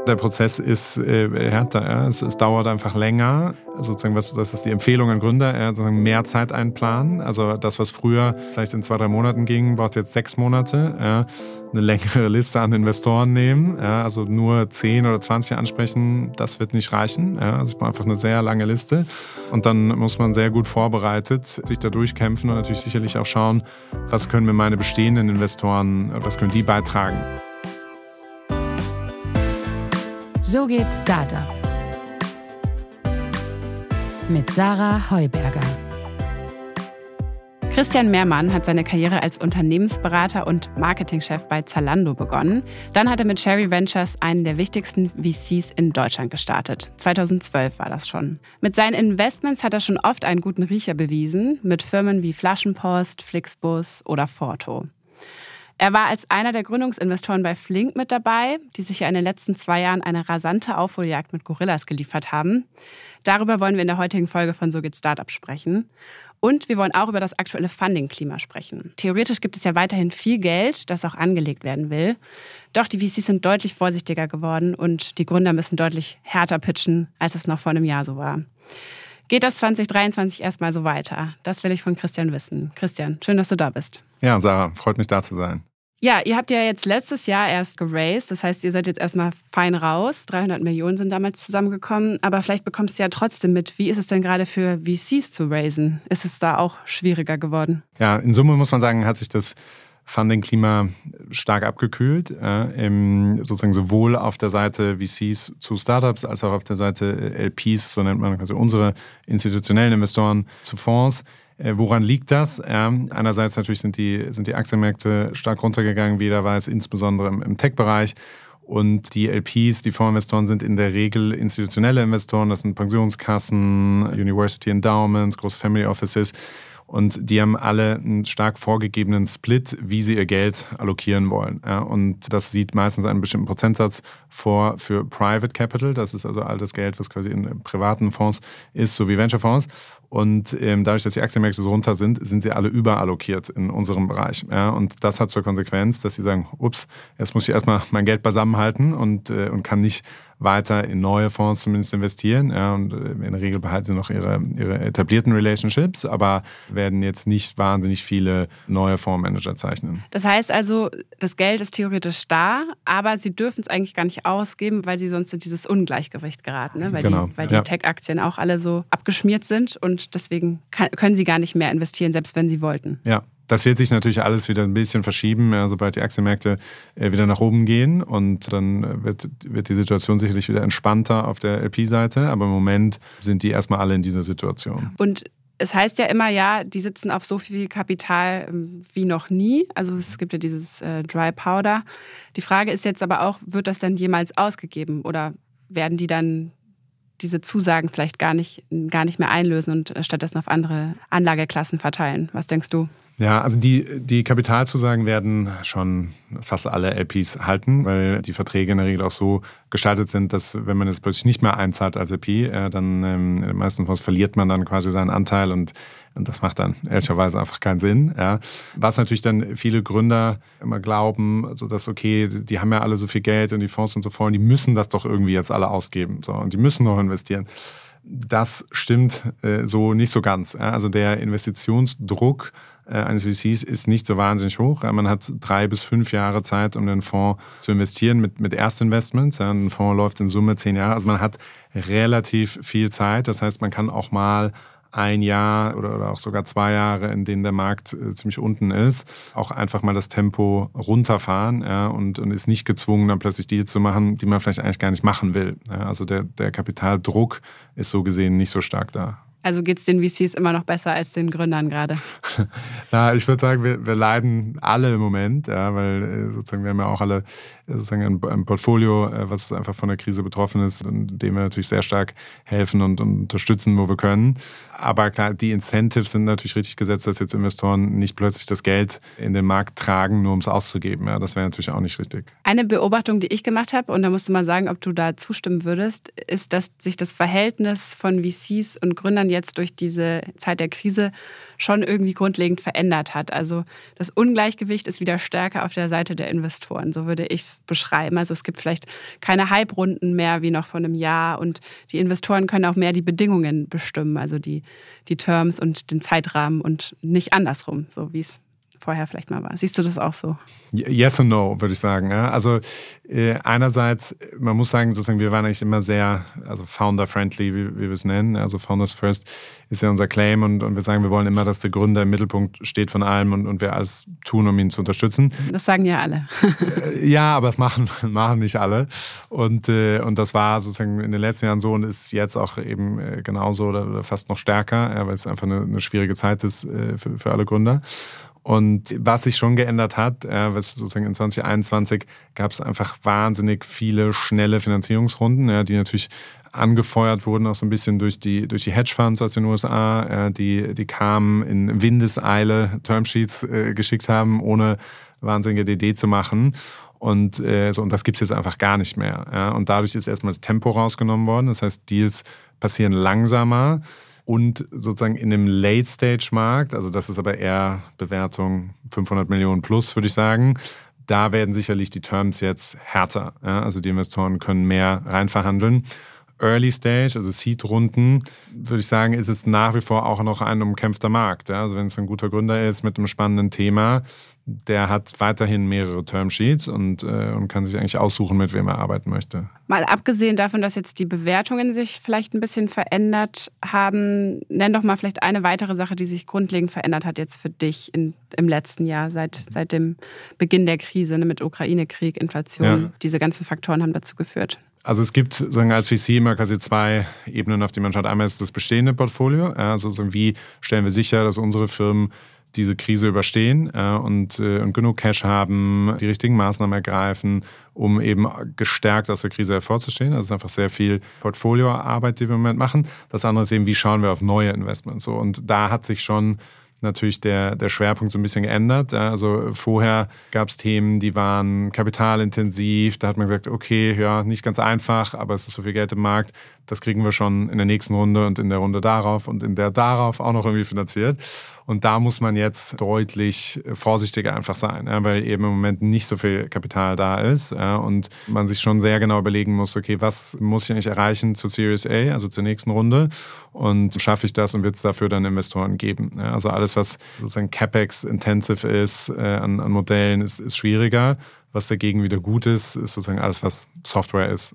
Der Prozess ist härter. Ja. Es dauert einfach länger. Sozusagen, das ist die Empfehlung an Gründer, sozusagen mehr Zeit einplanen. Also das, was früher vielleicht in 2-3 Monaten ging, braucht jetzt 6 Monate. Ja. Eine längere Liste an Investoren nehmen. Ja. Also nur 10 oder 20 ansprechen, das wird nicht reichen. Ja. Also ich brauche einfach eine sehr lange Liste. Und dann muss man sehr gut vorbereitet sich da durchkämpfen und natürlich sicherlich auch schauen, was können mir meine bestehenden Investoren, was können die beitragen. So geht's Startup. Mit Sarah Heuberger. Christian Mehrmann hat seine Karriere als Unternehmensberater und Marketingchef bei Zalando begonnen. Dann hat er mit Cherry Ventures einen der wichtigsten VCs in Deutschland gestartet. 2012 war das schon. Mit seinen Investments hat er schon oft einen guten Riecher bewiesen, mit Firmen wie Flaschenpost, Flixbus oder Forto. Er war als einer der Gründungsinvestoren bei Flink mit dabei, die sich ja in den letzten 2 Jahren eine rasante Aufholjagd mit Gorillas geliefert haben. Darüber wollen wir in der heutigen Folge von So geht's Startup sprechen. Und wir wollen auch über das aktuelle Funding-Klima sprechen. Theoretisch gibt es ja weiterhin viel Geld, das auch angelegt werden will. Doch die VCs sind deutlich vorsichtiger geworden und die Gründer müssen deutlich härter pitchen, als es noch vor einem Jahr so war. Geht das 2023 erstmal so weiter? Das will ich von Christian wissen. Christian, schön, dass du da bist. Ja, Sarah, freut mich da zu sein. Ja, ihr habt ja jetzt letztes Jahr erst geraced, das heißt, ihr seid jetzt erstmal fein raus. 300 Millionen sind damals zusammengekommen, aber vielleicht bekommst du ja trotzdem mit, wie ist es denn gerade für VCs zu raisen? Ist es da auch schwieriger geworden? Ja, in Summe muss man sagen, hat sich das Funding-Klima stark abgekühlt, sozusagen sowohl auf der Seite VCs zu Startups als auch auf der Seite LPs, so nennt man quasi unsere institutionellen Investoren, zu Fonds. Woran liegt das? Einerseits natürlich sind die Aktienmärkte stark runtergegangen, wie jeder weiß, insbesondere im Tech-Bereich. Und die LPs, die Fondsinvestoren, sind in der Regel institutionelle Investoren. Das sind Pensionskassen, University Endowments, große Family Offices. Und die haben alle einen stark vorgegebenen Split, wie sie ihr Geld allokieren wollen. Ja, und das sieht meistens einen bestimmten Prozentsatz vor für Private Capital. Das ist also all das Geld, was quasi in privaten Fonds ist, sowie Venture-Fonds. Und dadurch, dass die Aktienmärkte so runter sind sie alle überallokiert in unserem Bereich. Ja, und das hat zur Konsequenz, dass sie sagen, ups, jetzt muss ich erstmal mein Geld beisammenhalten und kann nicht weiter in neue Fonds zumindest investieren. Ja, und in der Regel behalten sie noch ihre etablierten Relationships, aber werden jetzt nicht wahnsinnig viele neue Fondsmanager zeichnen. Das heißt also, das Geld ist theoretisch da, aber sie dürfen es eigentlich gar nicht ausgeben, weil sie sonst in dieses Ungleichgewicht geraten, ne? Weil die Tech-Aktien auch alle so abgeschmiert sind und deswegen können sie gar nicht mehr investieren, selbst wenn sie wollten. Ja. Das wird sich natürlich alles wieder ein bisschen verschieben, sobald die Aktienmärkte wieder nach oben gehen. Und dann wird die Situation sicherlich wieder entspannter auf der LP-Seite. Aber im Moment sind die erstmal alle in dieser Situation. Und es heißt ja immer, ja, die sitzen auf so viel Kapital wie noch nie. Also es gibt ja dieses Dry Powder. Die Frage ist jetzt aber auch, wird das dann jemals ausgegeben? Oder werden die dann diese Zusagen vielleicht gar nicht mehr einlösen und stattdessen auf andere Anlageklassen verteilen? Was denkst du? Ja, also die Kapitalzusagen werden schon fast alle LPs halten, weil die Verträge in der Regel auch so gestaltet sind, dass wenn man jetzt plötzlich nicht mehr einzahlt als LP, dann in den meisten Fonds verliert man dann quasi seinen Anteil und das macht dann ehrlicherweise einfach keinen Sinn. Ja. Was natürlich dann viele Gründer immer glauben, also dass okay, die haben ja alle so viel Geld und die Fonds sind so voll, die müssen das doch irgendwie jetzt alle ausgeben so, und die müssen noch investieren. Das stimmt so nicht so ganz. Ja. Also der Investitionsdruck eines VCs ist nicht so wahnsinnig hoch. Man hat 3 bis 5 Jahre Zeit, um den Fonds zu investieren mit Erstinvestments. Ein Fonds läuft in Summe 10 Jahre. Also man hat relativ viel Zeit. Das heißt, man kann auch mal 1 Jahr oder auch sogar 2 Jahre, in denen der Markt ziemlich unten ist, auch einfach mal das Tempo runterfahren, ja, und ist nicht gezwungen, dann plötzlich Deals zu machen, die man vielleicht eigentlich gar nicht machen will. Ja, also der Kapitaldruck ist so gesehen nicht so stark da. Also geht es den VCs immer noch besser als den Gründern gerade? Na, ich würde sagen, wir leiden alle im Moment, ja, weil sozusagen wir haben ja auch alle sozusagen ein Portfolio, was einfach von der Krise betroffen ist, und dem wir natürlich sehr stark helfen und unterstützen, wo wir können. Aber klar, die Incentives sind natürlich richtig gesetzt, dass jetzt Investoren nicht plötzlich das Geld in den Markt tragen, nur um es auszugeben. Ja, das wäre natürlich auch nicht richtig. Eine Beobachtung, die ich gemacht habe, und da musst du mal sagen, ob du da zustimmen würdest, ist, dass sich das Verhältnis von VCs und Gründern Investoren jetzt durch diese Zeit der Krise schon irgendwie grundlegend verändert hat. Also das Ungleichgewicht ist wieder stärker auf der Seite der Investoren, so würde ich es beschreiben. Also es gibt vielleicht keine Hype-Runden mehr wie noch vor einem Jahr und die Investoren können auch mehr die Bedingungen bestimmen, also die Terms und den Zeitrahmen und nicht andersrum, so wie es vorher vielleicht mal war. Siehst du das auch so? Yes and no, würde ich sagen. Ja. Also einerseits, man muss sagen, sozusagen, wir waren eigentlich immer sehr, also founder-friendly, wie wir es nennen. Also Founders First ist ja unser Claim und wir sagen, wir wollen immer, dass der Gründer im Mittelpunkt steht von allem und wir alles tun, um ihn zu unterstützen. Das sagen ja alle. Ja, aber das machen nicht alle. Und das war sozusagen in den letzten Jahren so und ist jetzt auch eben genauso oder fast noch stärker, weil es einfach eine schwierige Zeit ist für alle Gründer. Und was sich schon geändert hat, was sozusagen in 2021 gab es einfach wahnsinnig viele schnelle Finanzierungsrunden, die natürlich angefeuert wurden auch so ein bisschen durch die Hedgefonds aus den USA, die kamen in Windeseile Termsheets geschickt haben, ohne wahnsinnige DD zu machen. Und das gibt es jetzt einfach gar nicht mehr. Ja. Und dadurch ist erstmal das Tempo rausgenommen worden. Das heißt, Deals passieren langsamer. Und sozusagen in dem Late-Stage-Markt, also das ist aber eher Bewertung 500 Millionen plus, würde ich sagen, da werden sicherlich die Terms jetzt härter. Ja? Also die Investoren können mehr reinverhandeln. Early Stage, also Seed-Runden, würde ich sagen, ist es nach wie vor auch noch ein umkämpfter Markt. Ja? Also wenn es ein guter Gründer ist mit einem spannenden Thema, der hat weiterhin mehrere Termsheets und kann sich eigentlich aussuchen, mit wem er arbeiten möchte. Mal abgesehen davon, dass jetzt die Bewertungen sich vielleicht ein bisschen verändert haben, nenn doch mal vielleicht eine weitere Sache, die sich grundlegend verändert hat jetzt für dich im letzten Jahr, seit dem Beginn der Krise, mit Ukraine-Krieg, Inflation. Ja. Diese ganzen Faktoren haben dazu geführt. Also es gibt sozusagen als VC immer quasi zwei Ebenen, auf die man schaut. Einmal ist das bestehende Portfolio, also wie stellen wir sicher, dass unsere Firmen diese Krise überstehen und genug Cash haben, die richtigen Maßnahmen ergreifen, um eben gestärkt aus der Krise hervorzustehen. Also es ist einfach sehr viel Portfolioarbeit, die wir im Moment machen. Das andere ist eben, wie schauen wir auf neue Investments. So. Und da hat sich schon natürlich der Schwerpunkt so ein bisschen geändert. Also vorher gab es Themen, die waren kapitalintensiv. Da hat man gesagt, okay, ja, nicht ganz einfach, aber es ist so viel Geld im Markt. Das kriegen wir schon in der nächsten Runde und in der Runde darauf und in der darauf auch noch irgendwie finanziert. Und da muss man jetzt deutlich vorsichtiger einfach sein, weil eben im Moment nicht so viel Kapital da ist und man sich schon sehr genau überlegen muss, okay, was muss ich eigentlich erreichen zur Series A, also zur nächsten Runde und schaffe ich das und wird es dafür dann Investoren geben. Also alles, was sozusagen CapEx-intensive ist an Modellen, ist schwieriger. Was dagegen wieder gut ist sozusagen alles, was Software ist.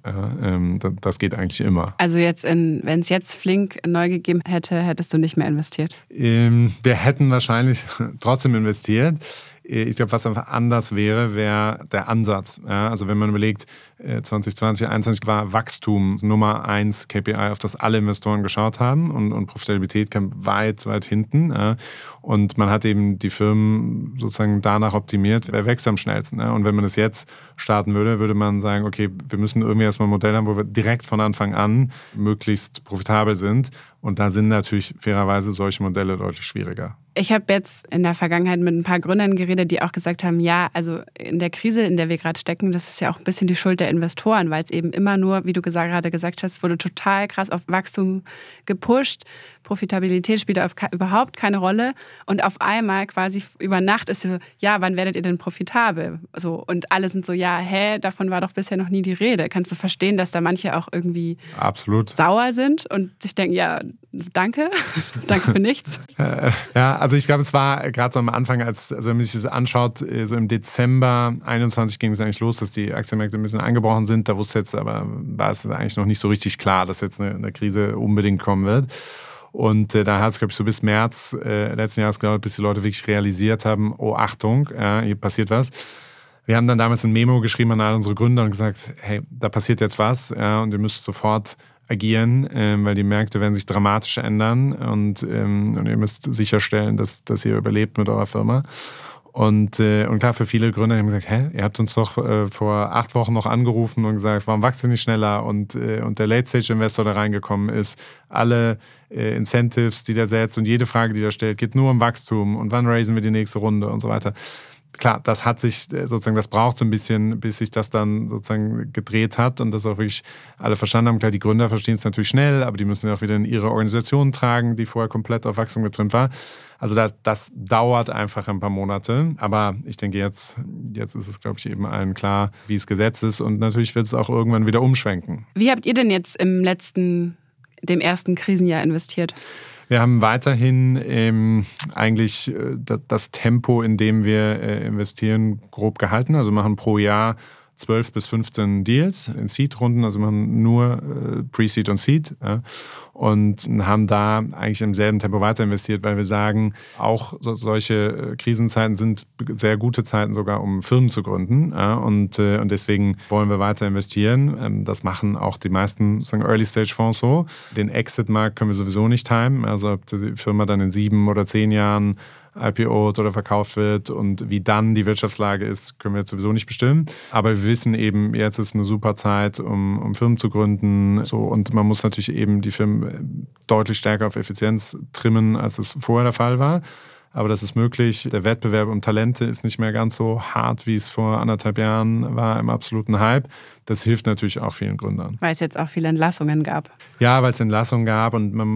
Das geht eigentlich immer. Also wenn es jetzt Flink neu gegeben hätte, hättest du nicht mehr investiert? Wir hätten wahrscheinlich trotzdem investiert. Ich glaube, was einfach anders wäre der Ansatz. Ja, also wenn man überlegt, 2020, 2021 war Wachstum Nummer 1 KPI, auf das alle Investoren geschaut haben und Profitabilität kam weit, weit hinten. Ja, und man hat eben die Firmen sozusagen danach optimiert, wer wächst am schnellsten. Ja, und wenn man das jetzt starten würde man sagen, okay, wir müssen irgendwie erstmal ein Modell haben, wo wir direkt von Anfang an möglichst profitabel sind. Und da sind natürlich fairerweise solche Modelle deutlich schwieriger. Ich habe jetzt in der Vergangenheit mit ein paar Gründern geredet, die auch gesagt haben, ja, also in der Krise, in der wir gerade stecken, das ist ja auch ein bisschen die Schuld der Investoren, weil es eben immer nur, wie du gerade gesagt hast, wurde total krass auf Wachstum gepusht. Profitabilität spielt überhaupt keine Rolle. Und auf einmal quasi über Nacht ist so, ja, wann werdet ihr denn profitabel? So, und alle sind so, ja, davon war doch bisher noch nie die Rede. Kannst du verstehen, dass da manche auch irgendwie absolut sauer sind und sich denken, ja, danke für nichts? Ja, also ich glaube, es war gerade so am Anfang, also wenn man sich das anschaut, so im Dezember 21 ging es eigentlich los, dass die Aktienmärkte ein bisschen eingebrochen sind. Da war es eigentlich noch nicht so richtig klar, dass jetzt eine Krise unbedingt kommen wird. Und da hat es, glaube ich, so bis März letzten Jahres gedauert, bis die Leute wirklich realisiert haben, oh Achtung, hier passiert was. Wir haben dann damals ein Memo geschrieben an all unsere Gründer und gesagt, hey, da passiert jetzt was und ihr müsst sofort agieren, weil die Märkte werden sich dramatisch ändern und ihr müsst sicherstellen, dass ihr überlebt mit eurer Firma. Und klar, für viele Gründer haben gesagt, ihr habt uns doch vor 8 Wochen noch angerufen und gesagt, warum wächst ihr nicht schneller? Und der Late-Stage-Investor, der reingekommen ist, alle Incentives, die der setzt und jede Frage, die der stellt, geht nur um Wachstum und wann raisen wir die nächste Runde und so weiter. klar, das hat sich sozusagen, das braucht so ein bisschen, bis sich das dann sozusagen gedreht hat und das auch wirklich alle verstanden haben. Klar, die Gründer verstehen es natürlich schnell, aber die müssen ja auch wieder in ihre Organisation tragen, die vorher komplett auf Wachstum getrimmt war. Also das dauert einfach ein paar Monate. Aber ich denke, jetzt ist es, glaube ich, eben allen klar, wie es gesetzt ist. Und natürlich wird es auch irgendwann wieder umschwenken. Wie habt ihr denn jetzt dem ersten Krisenjahr investiert? Wir haben weiterhin eigentlich das Tempo, in dem wir investieren, grob gehalten. Also machen pro Jahr 12 bis 15 Deals in Seed-Runden, also machen nur Pre-Seed und Seed, ja, und haben da eigentlich im selben Tempo weiter investiert, weil wir sagen, auch solche Krisenzeiten sind sehr gute Zeiten sogar, um Firmen zu gründen, ja, und deswegen wollen wir weiter investieren. Das machen auch die meisten Early-Stage-Fonds so. Den Exit-Markt können wir sowieso nicht timen, also ob die Firma dann in 7 oder 10 Jahren IPO'd oder verkauft wird und wie dann die Wirtschaftslage ist, können wir jetzt sowieso nicht bestimmen. Aber wir wissen eben, jetzt ist eine super Zeit, um Firmen zu gründen. So, und man muss natürlich eben die Firmen deutlich stärker auf Effizienz trimmen, als es vorher der Fall war. Aber das ist möglich. Der Wettbewerb um Talente ist nicht mehr ganz so hart, wie es vor 1,5 Jahren war, im absoluten Hype. Das hilft natürlich auch vielen Gründern. Weil es jetzt auch viele Entlassungen gab. Ja, weil es Entlassungen gab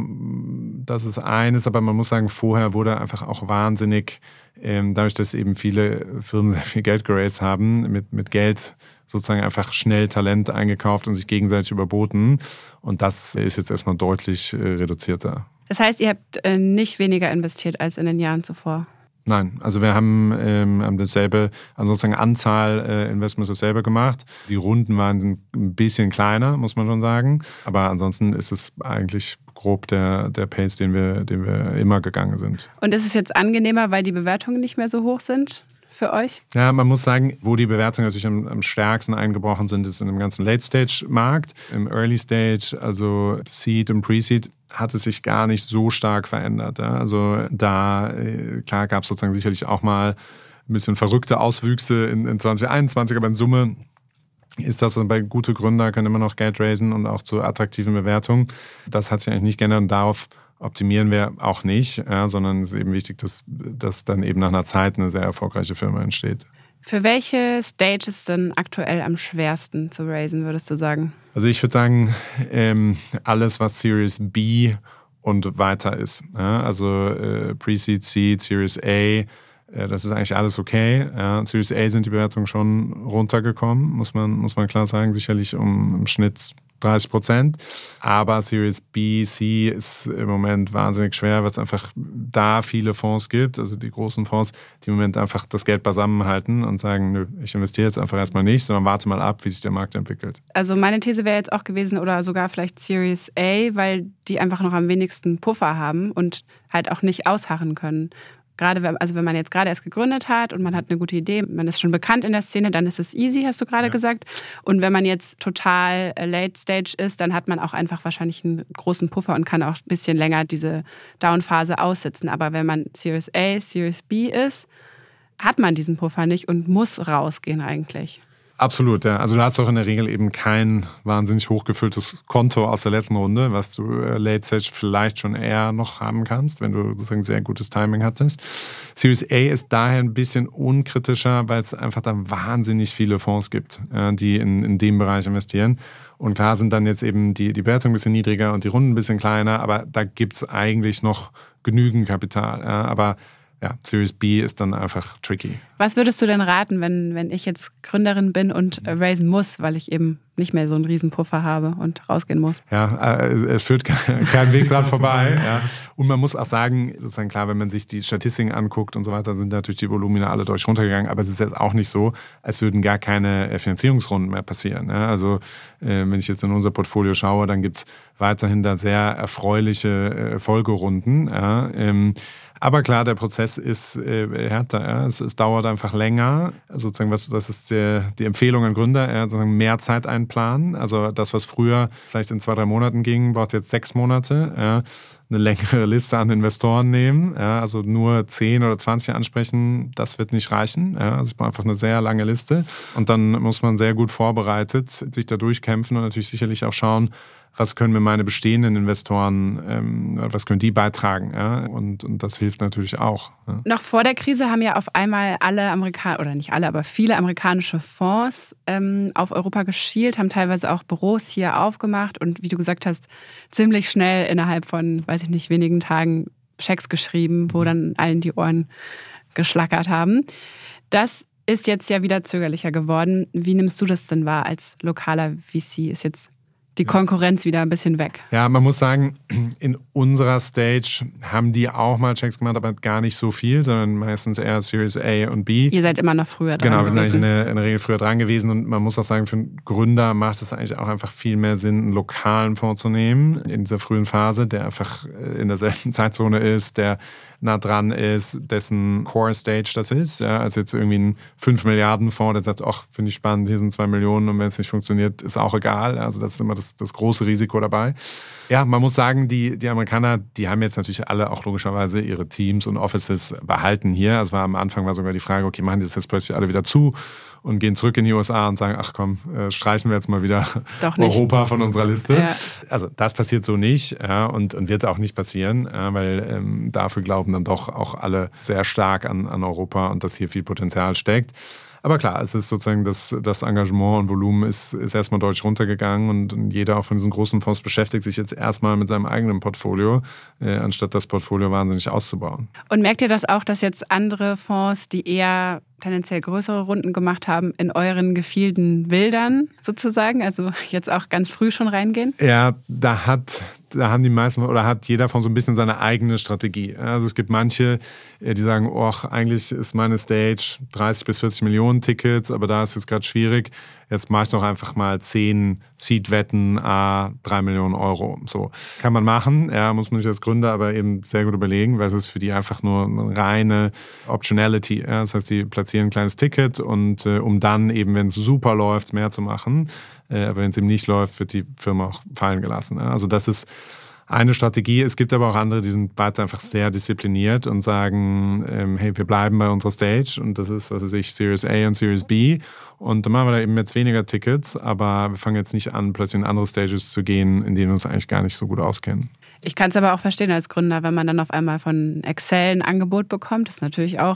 und das ist eines, aber man muss sagen, vorher wurde einfach auch wahnsinnig, dadurch, dass eben viele Firmen sehr viel Geld geraced haben, mit Geld sozusagen einfach schnell Talent eingekauft und sich gegenseitig überboten. Und das ist jetzt erstmal deutlich reduzierter. Das heißt, ihr habt nicht weniger investiert als in den Jahren zuvor? Nein, also wir haben dasselbe, also sozusagen Anzahl Investments dasselbe gemacht. Die Runden waren ein bisschen kleiner, muss man schon sagen. Aber ansonsten ist es eigentlich grob der Pace, den wir immer gegangen sind. Und ist es jetzt angenehmer, weil die Bewertungen nicht mehr so hoch sind für euch? Ja, man muss sagen, wo die Bewertungen natürlich am stärksten eingebrochen sind, ist in dem ganzen Late-Stage-Markt. Im Early-Stage, also Seed und Pre-Seed, hat es sich gar nicht so stark verändert. Ja. Also da, klar, gab es sozusagen sicherlich auch mal ein bisschen verrückte Auswüchse in 2021, aber in Summe ist das so, bei gute Gründer können immer noch Geld raisen und auch zu attraktiven Bewertungen. Das hat sich eigentlich nicht geändert und darauf optimieren wir auch nicht, ja, sondern es ist eben wichtig, dass dann eben nach einer Zeit eine sehr erfolgreiche Firma entsteht. Für welche Stage ist denn aktuell am schwersten zu raisen, würdest du sagen? Also ich würde sagen, alles, was Series B und weiter ist. Ja, also Pre-Seed, Seed, Series A, das ist eigentlich alles okay. Ja, Series A sind die Bewertungen schon runtergekommen, muss man klar sagen, sicherlich im Schnitt 30%. Aber Series B, C ist im Moment wahnsinnig schwer, weil es einfach da viele Fonds gibt, also die großen Fonds, die im Moment einfach das Geld beisammenhalten und sagen, nö, ich investiere jetzt einfach erstmal nicht, sondern warte mal ab, wie sich der Markt entwickelt. Also meine These wäre jetzt auch gewesen, oder sogar vielleicht Series A, weil die einfach noch am wenigsten Puffer haben und halt auch nicht ausharren können. Gerade wenn man jetzt gerade erst gegründet hat und man hat eine gute Idee, man ist schon bekannt in der Szene, dann ist es easy, hast du gerade gesagt. Und wenn man jetzt total late stage ist, dann hat man auch einfach wahrscheinlich einen großen Puffer und kann auch ein bisschen länger diese Down-Phase aussitzen. Aber wenn man Series A, Series B ist, hat man diesen Puffer nicht und muss rausgehen eigentlich. Absolut, ja. Also du hast doch in der Regel eben kein wahnsinnig hochgefülltes Konto aus der letzten Runde, was du Late Stage vielleicht schon eher noch haben kannst, wenn du sozusagen sehr gutes Timing hattest. Series A ist daher ein bisschen unkritischer, weil es einfach da wahnsinnig viele Fonds gibt, die in dem Bereich investieren. Und klar sind dann jetzt eben die Bewertung ein bisschen niedriger und die Runden ein bisschen kleiner, aber da gibt es eigentlich noch genügend Kapital. Aber ja, Series B ist dann einfach tricky. Was würdest du denn raten, wenn ich jetzt Gründerin bin und raisen muss, weil ich eben nicht mehr so einen riesen Puffer habe und rausgehen muss? Ja, es führt kein Weg dran vorbei. Ja. Und man muss auch sagen, sozusagen klar, wenn man sich die Statistiken anguckt und so weiter, sind natürlich die Volumina alle deutlich runtergegangen. Aber es ist jetzt auch nicht so, als würden gar keine Finanzierungsrunden mehr passieren. Ja. Also wenn ich jetzt in unser Portfolio schaue, dann gibt es weiterhin da sehr erfreuliche Folgerunden. Ja. Aber klar, der Prozess ist härter. Ja. Es dauert einfach länger. Sozusagen, was ist die Empfehlung an Gründer? Sozusagen mehr Zeit einplanen. Also das, was früher vielleicht in 2-3 Monaten ging, braucht jetzt 6 Monate. Ja. Eine längere Liste an Investoren nehmen. Ja. Also nur 10 oder 20 ansprechen, das wird nicht reichen. Ja. Also ich brauche einfach eine sehr lange Liste. Und dann muss man sehr gut vorbereitet sich da durchkämpfen und natürlich sicherlich auch schauen, was können mir meine bestehenden Investoren, was können die beitragen? Ja? Und das hilft natürlich auch. Ja? Noch vor der Krise haben ja auf einmal viele amerikanische Fonds auf Europa geschielt, haben teilweise auch Büros hier aufgemacht und wie du gesagt hast, ziemlich schnell innerhalb von, wenigen Tagen Schecks geschrieben, wo dann allen die Ohren geschlackert haben. Das ist jetzt ja wieder zögerlicher geworden. Wie nimmst du das denn wahr als lokaler VC? Ist jetzt die Konkurrenz wieder ein bisschen weg? Ja, man muss sagen, in unserer Stage haben die auch mal Checks gemacht, aber gar nicht so viel, sondern meistens eher Series A und B. Ihr seid immer noch früher dran. Genau, wir sind eigentlich in der Regel früher dran gewesen und man muss auch sagen, für einen Gründer macht es eigentlich auch einfach viel mehr Sinn, einen lokalen Fonds zu nehmen in dieser frühen Phase, der einfach in derselben Zeitzone ist, der nah dran ist, dessen Core-Stage das ist, ja, als jetzt irgendwie ein 5-Milliarden-Fonds, der sagt, ach, finde ich spannend, hier sind 2 Millionen und wenn es nicht funktioniert, ist auch egal. Also das ist immer das große Risiko dabei. Ja, man muss sagen, die Amerikaner, die haben jetzt natürlich alle auch logischerweise ihre Teams und Offices behalten hier. Also am Anfang war sogar die Frage, okay, machen die das jetzt plötzlich alle wieder zu und gehen zurück in die USA und sagen, ach komm, streichen wir jetzt mal wieder Europa von unserer Liste. Ja. Also das passiert so nicht, ja, und wird auch nicht passieren, weil dafür glauben dann doch auch alle sehr stark an Europa und dass hier viel Potenzial steckt. Aber klar, es ist sozusagen das Engagement und Volumen ist erstmal deutlich runtergegangen und jeder auch von diesen großen Fonds beschäftigt sich jetzt erstmal mit seinem eigenen Portfolio, anstatt das Portfolio wahnsinnig auszubauen. Und merkt ihr das auch, dass jetzt andere Fonds, die eher tendenziell größere Runden gemacht haben, in euren Gefilden wildern sozusagen, also jetzt auch ganz früh schon reingehen? Ja, da haben die meisten oder hat jeder von so ein bisschen seine eigene Strategie. Also es gibt manche, die sagen, eigentlich ist meine Stage 30 bis 40 Millionen Tickets, aber da ist es gerade schwierig. Jetzt mache ich doch einfach mal 10 Seed-Wetten, 3 Millionen Euro. So kann man machen, ja, muss man sich als Gründer aber eben sehr gut überlegen, weil es ist für die einfach nur eine reine Optionality. Ja? Das heißt, die platzieren ein kleines Ticket und um dann eben, wenn es super läuft, mehr zu machen. Aber wenn es eben nicht läuft, wird die Firma auch fallen gelassen. Ja? Also das ist eine Strategie. Es gibt aber auch andere, die sind weiter einfach sehr diszipliniert und sagen, hey, wir bleiben bei unserer Stage und das ist, was weiß ich, Series A und Series B und dann machen wir da eben jetzt weniger Tickets, aber wir fangen jetzt nicht an, plötzlich in andere Stages zu gehen, in denen wir uns eigentlich gar nicht so gut auskennen. Ich kann es aber auch verstehen als Gründer, wenn man dann auf einmal von Excel ein Angebot bekommt, ist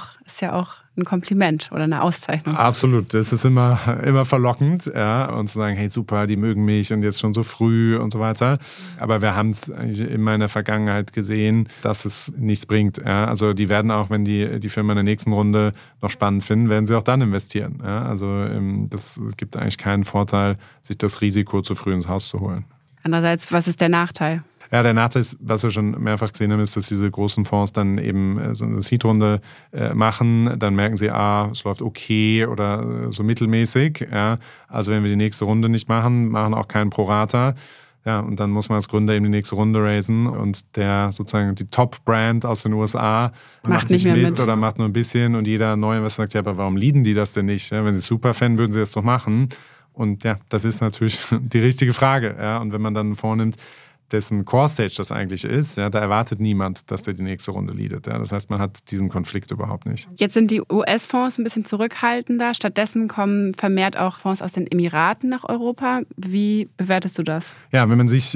ja auch ein Kompliment oder eine Auszeichnung. Absolut, das ist immer verlockend, ja, und zu sagen, hey super, die mögen mich und jetzt schon so früh und so weiter. Aber wir haben es eigentlich immer in der Vergangenheit gesehen, dass es nichts bringt. Ja. Also die werden auch, wenn die Firma in der nächsten Runde noch spannend finden, werden sie auch dann investieren. Ja. Also das gibt eigentlich keinen Vorteil, sich das Risiko zu früh ins Haus zu holen. Andererseits, was ist der Nachteil? Ja, der Nachteil ist, was wir schon mehrfach gesehen haben, ist, dass diese großen Fonds dann eben so eine Seed-Runde machen. Dann merken sie, es läuft okay oder so mittelmäßig. Ja. Also wenn wir die nächste Runde nicht machen auch keinen Pro-Rata. Ja, und dann muss man als Gründer eben die nächste Runde raisen und der sozusagen die Top-Brand aus den USA macht nicht mit oder macht nur ein bisschen und jeder Neue, was sagt, ja, aber warum leaden die das denn nicht? Ja, wenn sie super fänden, würden sie das doch machen. Und ja, das ist natürlich die richtige Frage. Ja. Und wenn man dann vornimmt, dessen Core-Stage das eigentlich ist, ja, da erwartet niemand, dass der die nächste Runde leadet. Ja. Das heißt, man hat diesen Konflikt überhaupt nicht. Jetzt sind die US-Fonds ein bisschen zurückhaltender. Stattdessen kommen vermehrt auch Fonds aus den Emiraten nach Europa. Wie bewertest du das? Ja, wenn man sich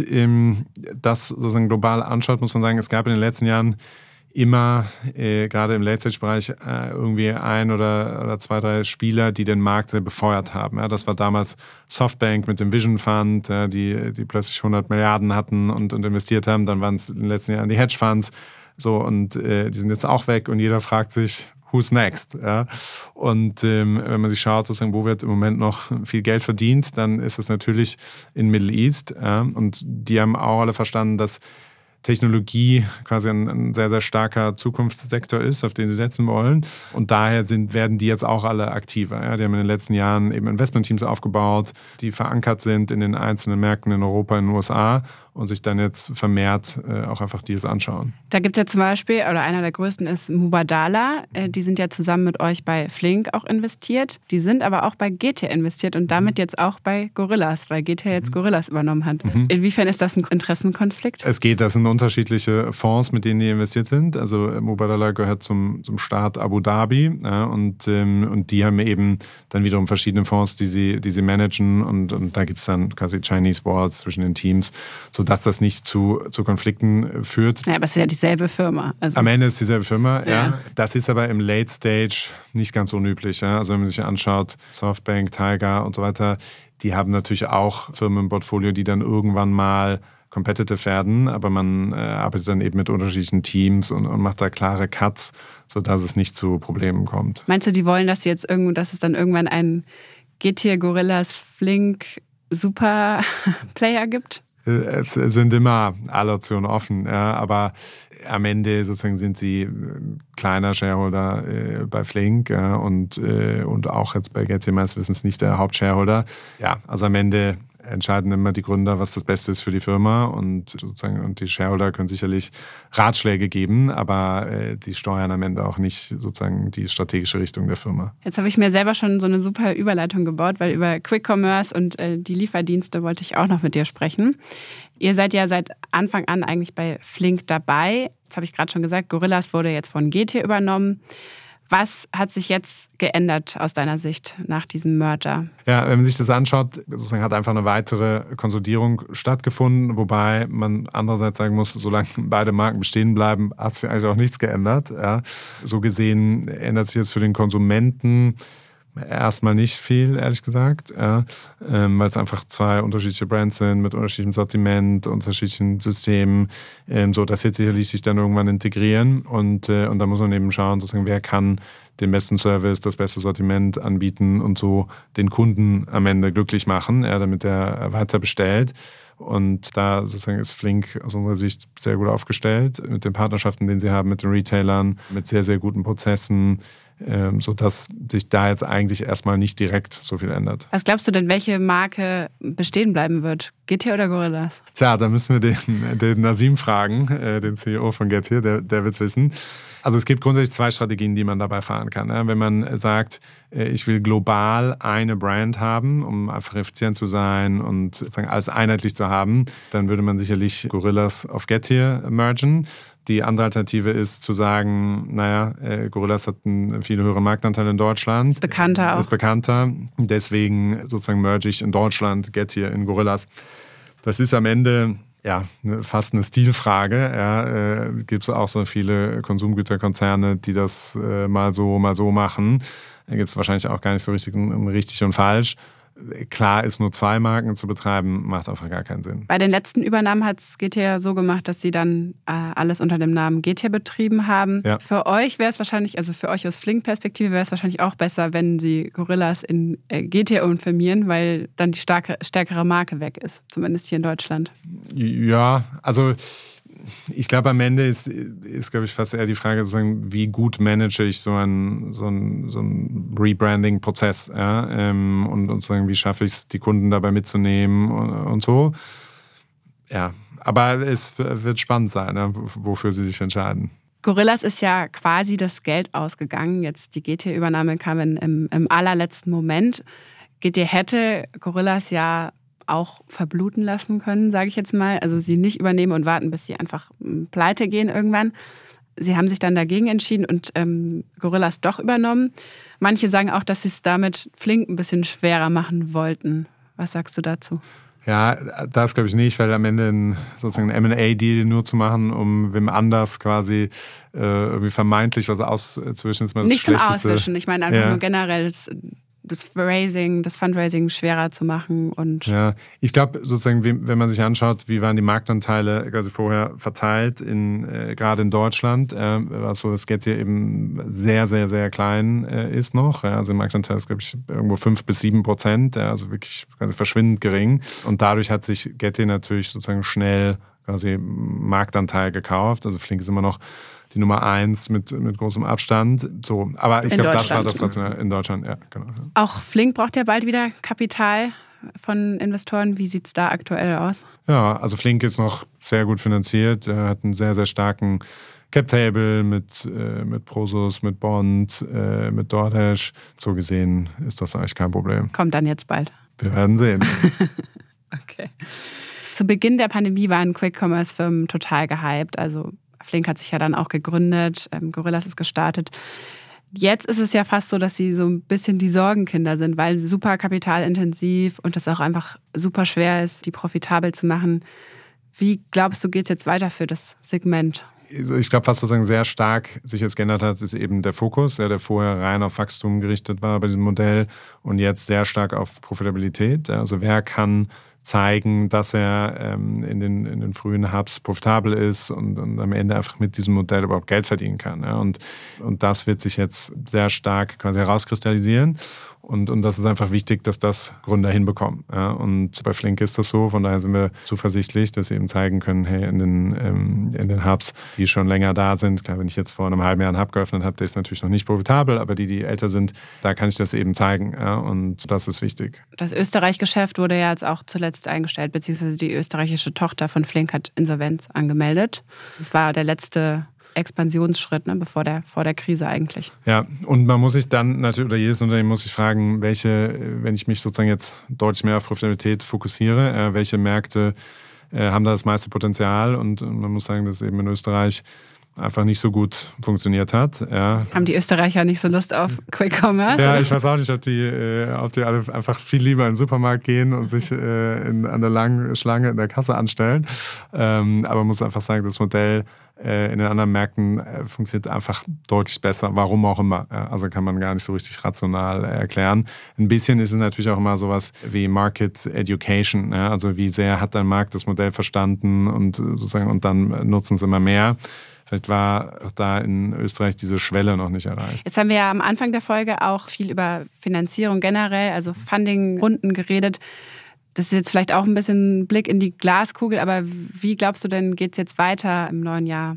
das sozusagen global anschaut, muss man sagen, es gab in den letzten Jahren immer, gerade im Late-Stage-Bereich, irgendwie 1 oder 2, 3 Spieler, die den Markt sehr befeuert haben. Ja, das war damals Softbank mit dem Vision Fund, die plötzlich 100 Milliarden hatten und investiert haben. Dann waren es in den letzten Jahren die Hedgefonds. So, und die sind jetzt auch weg und jeder fragt sich, who's next? Ja? Und wenn man sich schaut, sozusagen, wo wird im Moment noch viel Geld verdient, dann ist es natürlich in Middle East. Ja? Und die haben auch alle verstanden, dass Technologie quasi ein sehr, sehr starker Zukunftssektor ist, auf den sie setzen wollen. Und daher werden die jetzt auch alle aktiver. Ja? Die haben in den letzten Jahren eben Investmentteams aufgebaut, die verankert sind in den einzelnen Märkten in Europa, in den USA und sich dann jetzt vermehrt auch einfach Deals anschauen. Da gibt es ja zum Beispiel, oder einer der größten ist Mubadala. Die sind ja zusammen mit euch bei Flink auch investiert. Die sind aber auch bei Getir investiert und damit jetzt auch bei Gorillas, weil Getir jetzt Gorillas übernommen hat. Inwiefern ist das ein Interessenkonflikt? Das sind unterschiedliche Fonds, mit denen die investiert sind. Also Mubadala gehört zum Staat Abu Dhabi, ja, und die haben eben dann wiederum verschiedene Fonds, die sie managen und da gibt es dann quasi Chinese Walls zwischen den Teams, sodass das nicht zu Konflikten führt. Ja, aber es ist ja dieselbe Firma. Also am Ende ist es dieselbe Firma, ja. Das ist aber im Late Stage nicht ganz unüblich. Ja. Also wenn man sich anschaut, Softbank, Tiger und so weiter, die haben natürlich auch Firmen im Portfolio, die dann irgendwann mal competitive werden, aber man arbeitet dann eben mit unterschiedlichen Teams und macht da klare Cuts, sodass es nicht zu Problemen kommt. Meinst du, die wollen, dass es dann irgendwann einen Getir, Gorillas, Flink Super-Player gibt? Es sind immer alle Optionen offen, ja, aber am Ende sozusagen sind sie kleiner Shareholder bei Flink, ja, und auch jetzt bei Getir meines Wissens nicht der Hauptshareholder. Ja, also am Ende entscheiden immer die Gründer, was das Beste ist für die Firma und die Shareholder können sicherlich Ratschläge geben, aber die steuern am Ende auch nicht sozusagen die strategische Richtung der Firma. Jetzt habe ich mir selber schon so eine super Überleitung gebaut, weil über Quick Commerce und die Lieferdienste wollte ich auch noch mit dir sprechen. Ihr seid ja seit Anfang an eigentlich bei Flink dabei. Jetzt habe ich gerade schon gesagt, Gorillas wurde jetzt von Getir übernommen. Was hat sich jetzt geändert aus deiner Sicht nach diesem Merger? Ja, wenn man sich das anschaut, sozusagen hat einfach eine weitere Konsolidierung stattgefunden, wobei man andererseits sagen muss, solange beide Marken bestehen bleiben, hat sich eigentlich auch nichts geändert. Ja. So gesehen ändert sich jetzt für den Konsumenten erstmal nicht viel, ehrlich gesagt, ja, weil es einfach zwei unterschiedliche Brands sind mit unterschiedlichem Sortiment, unterschiedlichen Systemen. Das wird sicherlich sich dann irgendwann integrieren und da muss man eben schauen, sozusagen, wer kann den besten Service, das beste Sortiment anbieten und so den Kunden am Ende glücklich machen, ja, damit er weiter bestellt. Und da sozusagen ist Flink aus unserer Sicht sehr gut aufgestellt mit den Partnerschaften, die sie haben mit den Retailern, mit sehr, sehr guten Prozessen, sodass sich da jetzt eigentlich erstmal nicht direkt so viel ändert. Was glaubst du denn, welche Marke bestehen bleiben wird? Getir oder Gorillas? Tja, da müssen wir den Nasim fragen, den CEO von Getir, der wird es wissen. Also es gibt grundsätzlich zwei Strategien, die man dabei fahren kann. Wenn man sagt, ich will global eine Brand haben, um einfach effizient zu sein und sozusagen alles einheitlich zu haben, dann würde man sicherlich Gorillas auf Getir mergen. Die andere Alternative ist zu sagen, Gorillas hat einen viel höheren Marktanteil in Deutschland. Ist bekannter auch. Ist bekannter. Deswegen sozusagen merge ich in Deutschland Getir in Gorillas. Das ist am Ende fast eine Stilfrage. Ja, gibt es auch so viele Konsumgüterkonzerne, die das mal so machen. Da gibt es wahrscheinlich auch gar nicht so richtig und falsch. Klar ist, nur zwei Marken zu betreiben, macht einfach gar keinen Sinn. Bei den letzten Übernahmen hat es Getir so gemacht, dass sie dann alles unter dem Namen Getir betrieben haben. Ja. Für euch wäre es wahrscheinlich, also für euch aus Flink-Perspektive wäre es wahrscheinlich auch besser, wenn sie Gorillas in Getir umfirmieren, weil dann die stärkere Marke weg ist, zumindest hier in Deutschland. Ja, also ich glaube, am Ende ist glaube ich, fast eher die Frage, sozusagen, wie gut manage ich so einen Rebranding-Prozess, ja? Und sozusagen, wie schaffe ich es, die Kunden dabei mitzunehmen und so. Ja, aber es wird spannend sein, ne? Wofür sie sich entscheiden. Gorillas ist ja quasi das Geld ausgegangen. Jetzt die Getir-Übernahme kam im allerletzten Moment. Getir hätte Gorillas ja auch verbluten lassen können, sage ich jetzt mal. Also sie nicht übernehmen und warten, bis sie einfach pleite gehen irgendwann. Sie haben sich dann dagegen entschieden und Gorillas doch übernommen. Manche sagen auch, dass sie es damit Flink ein bisschen schwerer machen wollten. Was sagst du dazu? Ja, das glaube ich nicht, weil am Ende sozusagen ein M&A-Deal nur zu machen, um wem anders quasi irgendwie vermeintlich was auszuwischen, ist mal das nicht Schlechteste. Nicht zum Auswischen, ich meine einfach nur generell das Fundraising schwerer zu machen. Und ja, ich glaube sozusagen, wenn man sich anschaut, wie waren die Marktanteile quasi vorher verteilt, gerade in Deutschland, was so das Getir eben sehr, sehr, sehr klein ist noch. Ja, also der Marktanteil ist, glaube ich, irgendwo 5-7%, also wirklich quasi verschwindend gering. Und dadurch hat sich Getir natürlich sozusagen schnell quasi Marktanteil gekauft. Also Flink ist immer noch die Nummer 1 mit großem Abstand. So, aber ich glaube, das war das trotzdem in Deutschland. Ja, genau. Auch Flink braucht ja bald wieder Kapital. von Investoren. Wie sieht es da aktuell aus? Ja, also Flink ist noch sehr gut finanziert. Er hat einen sehr, sehr starken Cap-Table mit Prosus, mit Bond, mit DoorDash. So gesehen ist das eigentlich kein Problem. Kommt dann jetzt bald. Wir werden sehen. Okay. Zu Beginn der Pandemie waren Quick-Commerce-Firmen total gehypt. Also Flink hat sich ja dann auch gegründet, Gorillas ist gestartet. Jetzt ist es ja fast so, dass sie so ein bisschen die Sorgenkinder sind, weil sie super kapitalintensiv und es auch einfach super schwer ist, die profitabel zu machen. Wie glaubst du, geht es jetzt weiter für das Segment? Ich glaube, was sozusagen sehr stark sich jetzt geändert hat, ist eben der Fokus, der vorher rein auf Wachstum gerichtet war bei diesem Modell und jetzt sehr stark auf Profitabilität. Also wer kann zeigen, dass er in den frühen Hubs profitabel ist und am Ende einfach mit diesem Modell überhaupt Geld verdienen kann. Ja. Und das wird sich jetzt sehr stark quasi herauskristallisieren. Und das ist einfach wichtig, dass das Gründer hinbekommen. Ja. Und bei Flink ist das so, von daher sind wir zuversichtlich, dass sie eben zeigen können, hey, in den Hubs, die schon länger da sind, klar, wenn ich jetzt vor einem halben Jahr einen Hub geöffnet habe, der ist natürlich noch nicht profitabel, aber die älter sind, da kann ich das eben zeigen. Ja. Und das ist wichtig. Das Österreich-Geschäft wurde ja jetzt auch zuletzt eingestellt, beziehungsweise die österreichische Tochter von Flink hat Insolvenz angemeldet. Das war der letzte Expansionsschritt, ne, vor der Krise eigentlich. Ja, und man muss sich dann natürlich, oder jedes Unternehmen muss sich fragen, wenn ich mich sozusagen jetzt deutlich mehr auf Profitabilität fokussiere, welche Märkte haben da das meiste Potenzial und man muss sagen, dass es eben in Österreich einfach nicht so gut funktioniert hat. Ja. Haben die Österreicher nicht so Lust auf Quick Commerce? Ja, ich weiß auch nicht, ob die alle einfach viel lieber in den Supermarkt gehen und sich an der langen Schlange in der Kasse anstellen. Aber man muss einfach sagen, das Modell in den anderen Märkten funktioniert einfach deutlich besser, warum auch immer. Also kann man gar nicht so richtig rational erklären. Ein bisschen ist es natürlich auch immer sowas wie Market Education. Ja? Also wie sehr hat der Markt das Modell verstanden und dann nutzen es immer mehr. Vielleicht war da in Österreich diese Schwelle noch nicht erreicht. Jetzt haben wir ja am Anfang der Folge auch viel über Finanzierung generell, also Funding-Runden geredet. Das ist jetzt vielleicht auch ein bisschen Blick in die Glaskugel, aber wie glaubst du denn, geht es jetzt weiter im neuen Jahr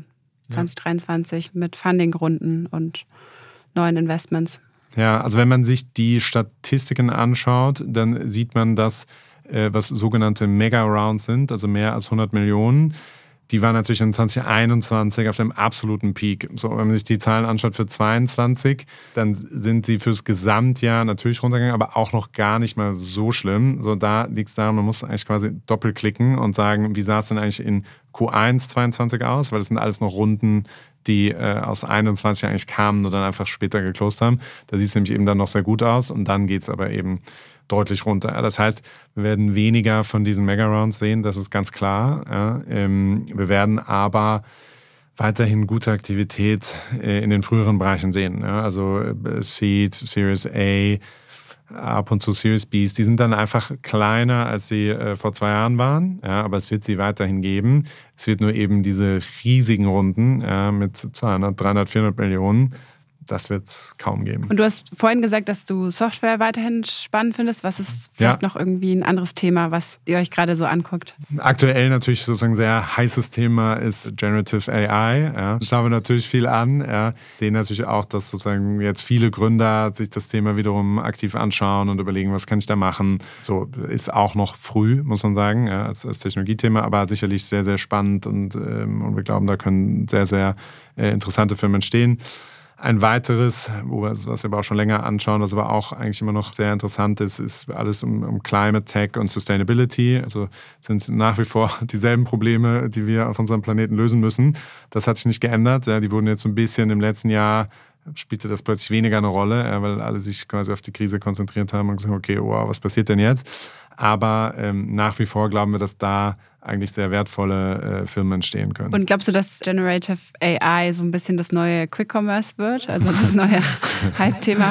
2023 mit Funding-Runden und neuen Investments? Ja, also wenn man sich die Statistiken anschaut, dann sieht man, dass was sogenannte Mega-Rounds sind, also mehr als 100 Millionen, die waren natürlich in 2021 auf dem absoluten Peak. So, wenn man sich die Zahlen anschaut für 2022, dann sind sie fürs Gesamtjahr natürlich runtergegangen, aber auch noch gar nicht mal so schlimm. So, da liegt es daran, man muss eigentlich quasi doppelklicken und sagen, wie sah es denn eigentlich in Q1 22 aus? Weil das sind alles noch Runden, die aus 21 eigentlich kamen und dann einfach später geclosed haben. Da sieht es nämlich eben dann noch sehr gut aus und dann geht es aber eben deutlich runter. Das heißt, wir werden weniger von diesen Mega-Rounds sehen, das ist ganz klar. Ja. Wir werden aber weiterhin gute Aktivität in den früheren Bereichen sehen. Ja. Also Seed, Series A, ab und zu Series Bs, die sind dann einfach kleiner, als sie vor 2 Jahren waren. Ja, aber es wird sie weiterhin geben. Es wird nur eben diese riesigen Runden mit 200, 300, 400 Millionen, das wird es kaum geben. Und du hast vorhin gesagt, dass du Software weiterhin spannend findest. Was ist vielleicht noch irgendwie ein anderes Thema, was ihr euch gerade so anguckt? Aktuell natürlich sozusagen sehr heißes Thema ist Generative AI. Ja. Das schauen wir natürlich viel an. Ja. Sehen natürlich auch, dass sozusagen jetzt viele Gründer sich das Thema wiederum aktiv anschauen und überlegen, was kann ich da machen. So ist auch noch früh, muss man sagen, ja, als Technologiethema, aber sicherlich sehr, sehr spannend und wir glauben, da können sehr, sehr interessante Firmen entstehen. Ein weiteres, was wir aber auch schon länger anschauen, was aber auch eigentlich immer noch sehr interessant ist, ist alles um Climate Tech und Sustainability. Also sind nach wie vor dieselben Probleme, die wir auf unserem Planeten lösen müssen. Das hat sich nicht geändert. Ja, die wurden jetzt so ein bisschen im letzten Jahr, spielte das plötzlich weniger eine Rolle, weil alle sich quasi auf die Krise konzentriert haben und gesagt, okay, wow, was passiert denn jetzt? Aber nach wie vor glauben wir, dass da eigentlich sehr wertvolle Firmen entstehen können. Und glaubst du, dass Generative AI so ein bisschen das neue Quick Commerce wird? Also das neue Hype-Thema?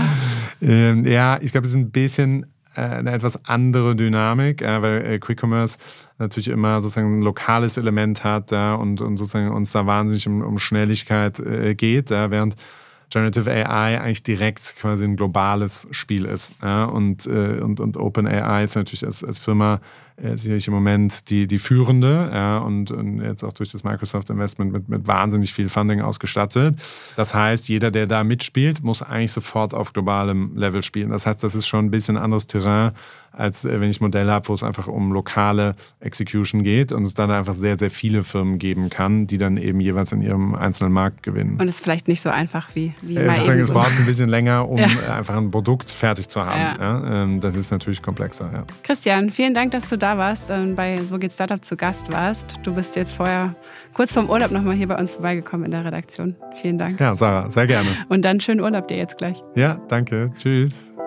Ja, ich glaube, es ist ein bisschen eine etwas andere Dynamik, weil Quick Commerce natürlich immer sozusagen ein lokales Element hat und sozusagen uns da wahnsinnig um Schnelligkeit geht, während Generative AI eigentlich direkt quasi ein globales Spiel ist. Ja? Und OpenAI ist natürlich als Firma sicherlich im Moment die führende, ja? und jetzt auch durch das Microsoft-Investment mit wahnsinnig viel Funding ausgestattet. Das heißt, jeder, der da mitspielt, muss eigentlich sofort auf globalem Level spielen. Das heißt, das ist schon ein bisschen anderes Terrain, als wenn ich ein Modell habe, wo es einfach um lokale Execution geht und es dann einfach sehr, sehr viele Firmen geben kann, die dann eben jeweils in ihrem einzelnen Markt gewinnen. Und es ist vielleicht nicht so einfach wie mal eben. Es braucht ein bisschen länger, um einfach ein Produkt fertig zu haben. Ja. Das ist natürlich komplexer. Ja. Christian, vielen Dank, dass du da warst und bei So geht Startup zu Gast warst. Du bist jetzt vorher kurz vorm Urlaub nochmal hier bei uns vorbeigekommen in der Redaktion. Vielen Dank. Ja, Sarah, sehr gerne. Und dann schönen Urlaub dir jetzt gleich. Ja, danke. Tschüss.